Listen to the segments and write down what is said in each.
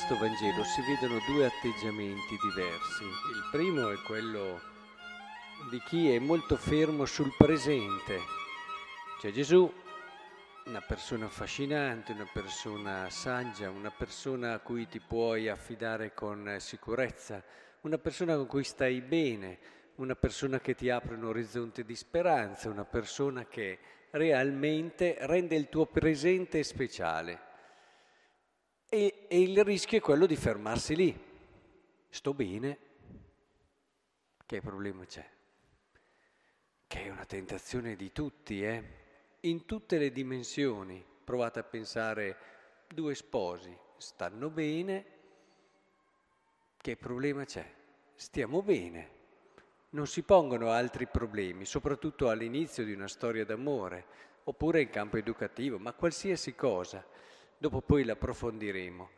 questo Vangelo si vedono due atteggiamenti diversi. Il primo è quello di chi è molto fermo sul presente. Cioè Gesù, una persona affascinante, una persona saggia, una persona a cui ti puoi affidare con sicurezza, una persona con cui stai bene, una persona che ti apre un orizzonte di speranza, una persona che realmente rende il tuo presente speciale. E il rischio è quello di fermarsi lì. Sto bene, che problema c'è? Che è una tentazione di tutti, in tutte le dimensioni. Provate a pensare, due sposi stanno bene, che problema c'è? Stiamo bene. Non si pongono altri problemi, soprattutto all'inizio di una storia d'amore, oppure in campo educativo, ma qualsiasi cosa. Dopo poi l'approfondiremo.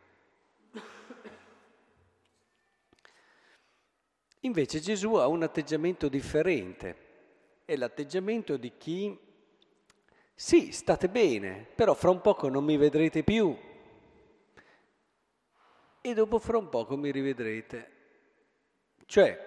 Invece Gesù ha un atteggiamento differente, è l'atteggiamento di chi, sì, state bene, però fra un poco non mi vedrete più e dopo fra un poco mi rivedrete. Cioè,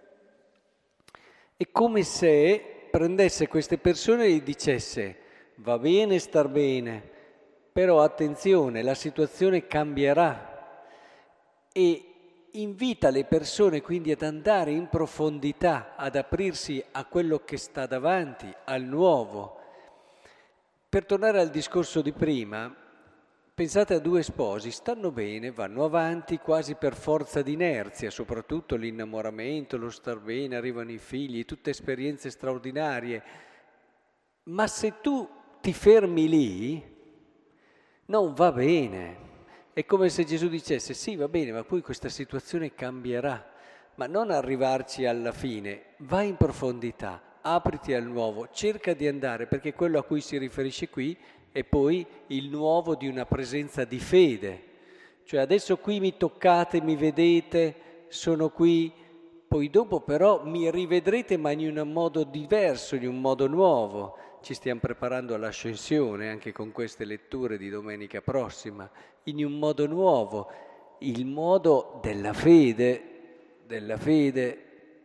è come se prendesse queste persone e gli dicesse, va bene star bene, però attenzione, la situazione cambierà, e invita le persone quindi ad andare in profondità, ad aprirsi a quello che sta davanti, al nuovo. Per tornare al discorso di prima, pensate a due sposi, stanno bene, vanno avanti quasi per forza di inerzia, soprattutto l'innamoramento, lo star bene, arrivano i figli, tutte esperienze straordinarie. Ma se tu ti fermi lì, non va bene. È come se Gesù dicesse, sì, va bene, ma poi questa situazione cambierà. Ma non arrivarci alla fine, vai in profondità, apriti al nuovo, cerca di andare, perché quello a cui si riferisce qui è poi il nuovo di una presenza di fede. Cioè adesso qui mi toccate, mi vedete, sono qui, poi dopo però mi rivedrete ma in un modo diverso, in un modo nuovo. Ci stiamo preparando all'ascensione anche con queste letture di domenica prossima, in un modo nuovo, il modo della fede, della fede.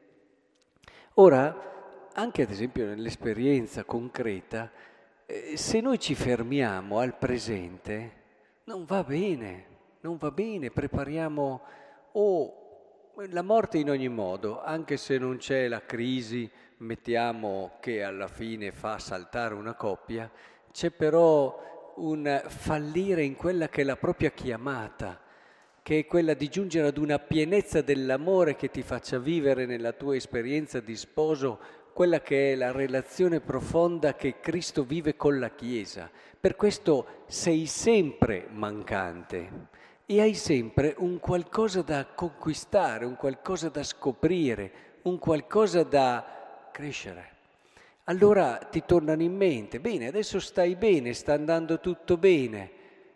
Ora, anche ad esempio nell'esperienza concreta, se noi ci fermiamo al presente, non va bene, prepariamo la morte in ogni modo, anche se non c'è la crisi, mettiamo che alla fine fa saltare una coppia, c'è però un fallire in quella che è la propria chiamata, che è quella di giungere ad una pienezza dell'amore che ti faccia vivere nella tua esperienza di sposo quella che è la relazione profonda che Cristo vive con la Chiesa. Per questo sei sempre mancante e hai sempre un qualcosa da conquistare, un qualcosa da scoprire, un qualcosa da crescere. Allora ti tornano in mente, bene, adesso stai bene, sta andando tutto bene,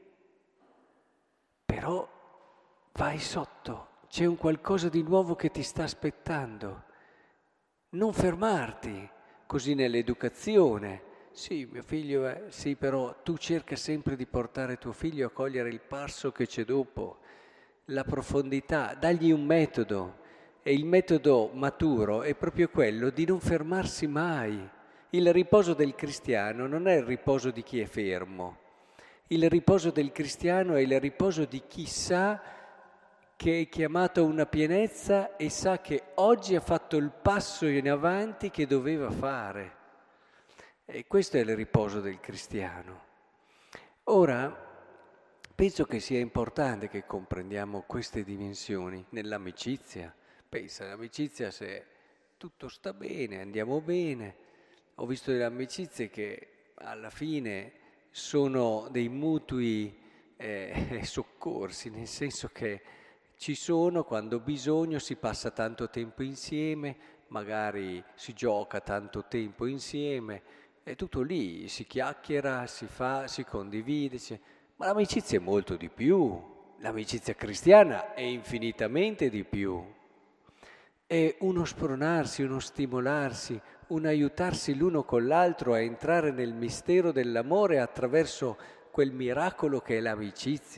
però vai sotto, c'è un qualcosa di nuovo che ti sta aspettando. Non fermarti, così nell'educazione. Sì, mio figlio è, sì, però tu cerca sempre di portare tuo figlio a cogliere il passo che c'è dopo, la profondità, dagli un metodo. E il metodo maturo è proprio quello di non fermarsi mai. Il riposo del cristiano non è il riposo di chi è fermo. Il riposo del cristiano è il riposo di chi sa che è chiamato a una pienezza e sa che oggi ha fatto il passo in avanti che doveva fare. E questo è il riposo del cristiano. Ora, penso che sia importante che comprendiamo queste dimensioni nell'amicizia. Pensa, l'amicizia, se tutto sta bene, andiamo bene. Ho visto delle amicizie che alla fine sono dei mutui soccorsi, nel senso che ci sono quando bisogno, si passa tanto tempo insieme, magari si gioca tanto tempo insieme, è tutto lì, si chiacchiera, si fa, si condivide, ma l'amicizia è molto di più, l'amicizia cristiana è infinitamente di più. È uno spronarsi, uno stimolarsi, un aiutarsi l'uno con l'altro a entrare nel mistero dell'amore attraverso quel miracolo che è l'amicizia.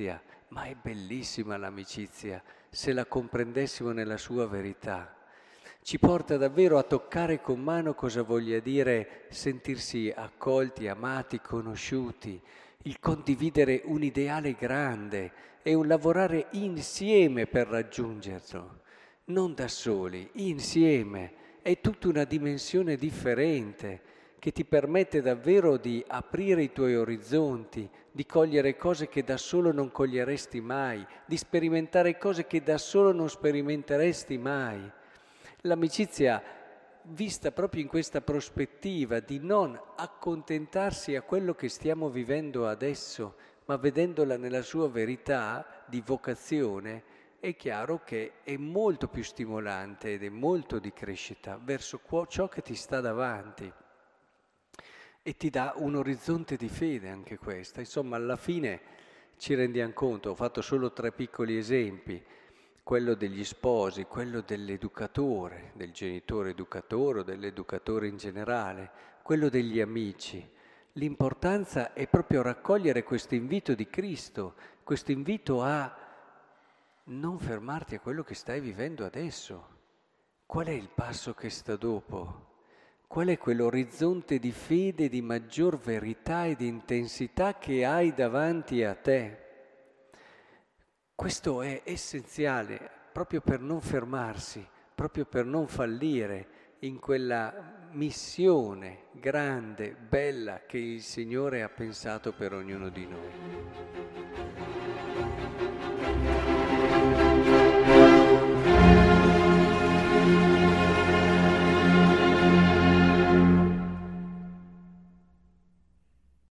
ma è bellissima l'amicizia se la comprendessimo nella sua verità. Ci porta davvero a toccare con mano cosa voglia dire sentirsi accolti, amati, conosciuti, il condividere un ideale grande e un lavorare insieme per raggiungerlo, non da soli, insieme. È tutta una dimensione differente che ti permette davvero di aprire i tuoi orizzonti, di cogliere cose che da solo non coglieresti mai, di sperimentare cose che da solo non sperimenteresti mai. L'amicizia vista proprio in questa prospettiva di non accontentarsi a quello che stiamo vivendo adesso, ma vedendola nella sua verità di vocazione, è chiaro che è molto più stimolante ed è molto di crescita verso ciò che ti sta davanti. E ti dà un orizzonte di fede anche questa. Insomma, alla fine ci rendiamo conto, ho fatto solo 3 piccoli esempi, quello degli sposi, quello dell'educatore, del genitore educatore o dell'educatore in generale, quello degli amici. L'importanza è proprio raccogliere questo invito di Cristo, questo invito a non fermarti a quello che stai vivendo adesso. Qual è il passo che sta dopo? Qual è quell'orizzonte di fede, di maggior verità e di intensità che hai davanti a te? Questo è essenziale proprio per non fermarsi, proprio per non fallire in quella missione grande, bella che il Signore ha pensato per ognuno di noi.